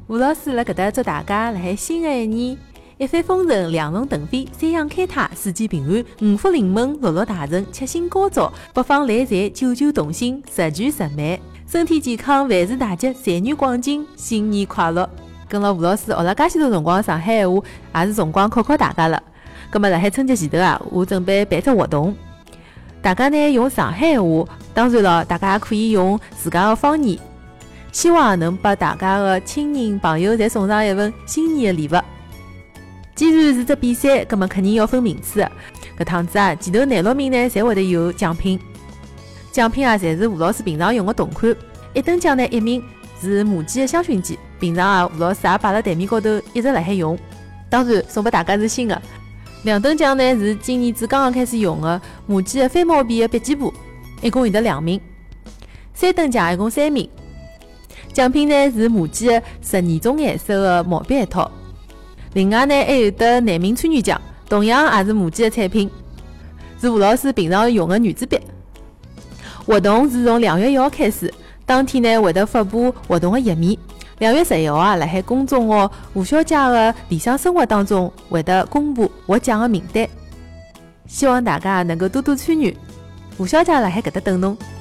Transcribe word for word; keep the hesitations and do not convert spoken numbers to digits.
吴老师辣搿搭祝大家辣海新的一年一帆风顺、两龙腾飞、三阳开泰、四季平安、五福临门、六六大顺、七星高照、八方来财、九九同心、十全十美、身体健康、万事大吉、财源广进、新年快乐。跟牢吴老师学了介许多辰光上海闲话，也是辰光考考大家了。葛末辣海春节前头啊，我准备办只活动，大家呢用上海闲话，当然了，大家也可以用自家的方言，希望能把大家的亲人朋友侪送上一份新年的礼物。既然是只比赛，葛末肯定要分名次的。搿趟子啊，前头廿六名呢，侪会得有奖品。奖品啊，侪是吴老师平常用的同款。一等奖呢，一名是马记的香薰机，平常啊，吴老师也摆辣台面高头，一直辣海用。当然，送拨大家是新的。两等奖呢，是今年子刚刚开始用的马记的翻毛笔的笔记簿，一共有得两名。三等奖一共三名。奖品呢是马记的十二种颜色的毛笔一套。另外呢，还有得廿名参与奖，同样也是马记的产品，是吴老师平常用的圆珠笔。活动是从两月一号开始，当天呢会得发布活动的页面。两月十一号啊，辣海公众号吴小姐的理想生活当中会得公布获奖的名单，希望大家能够多多参与。吴小姐辣海搿搭等侬。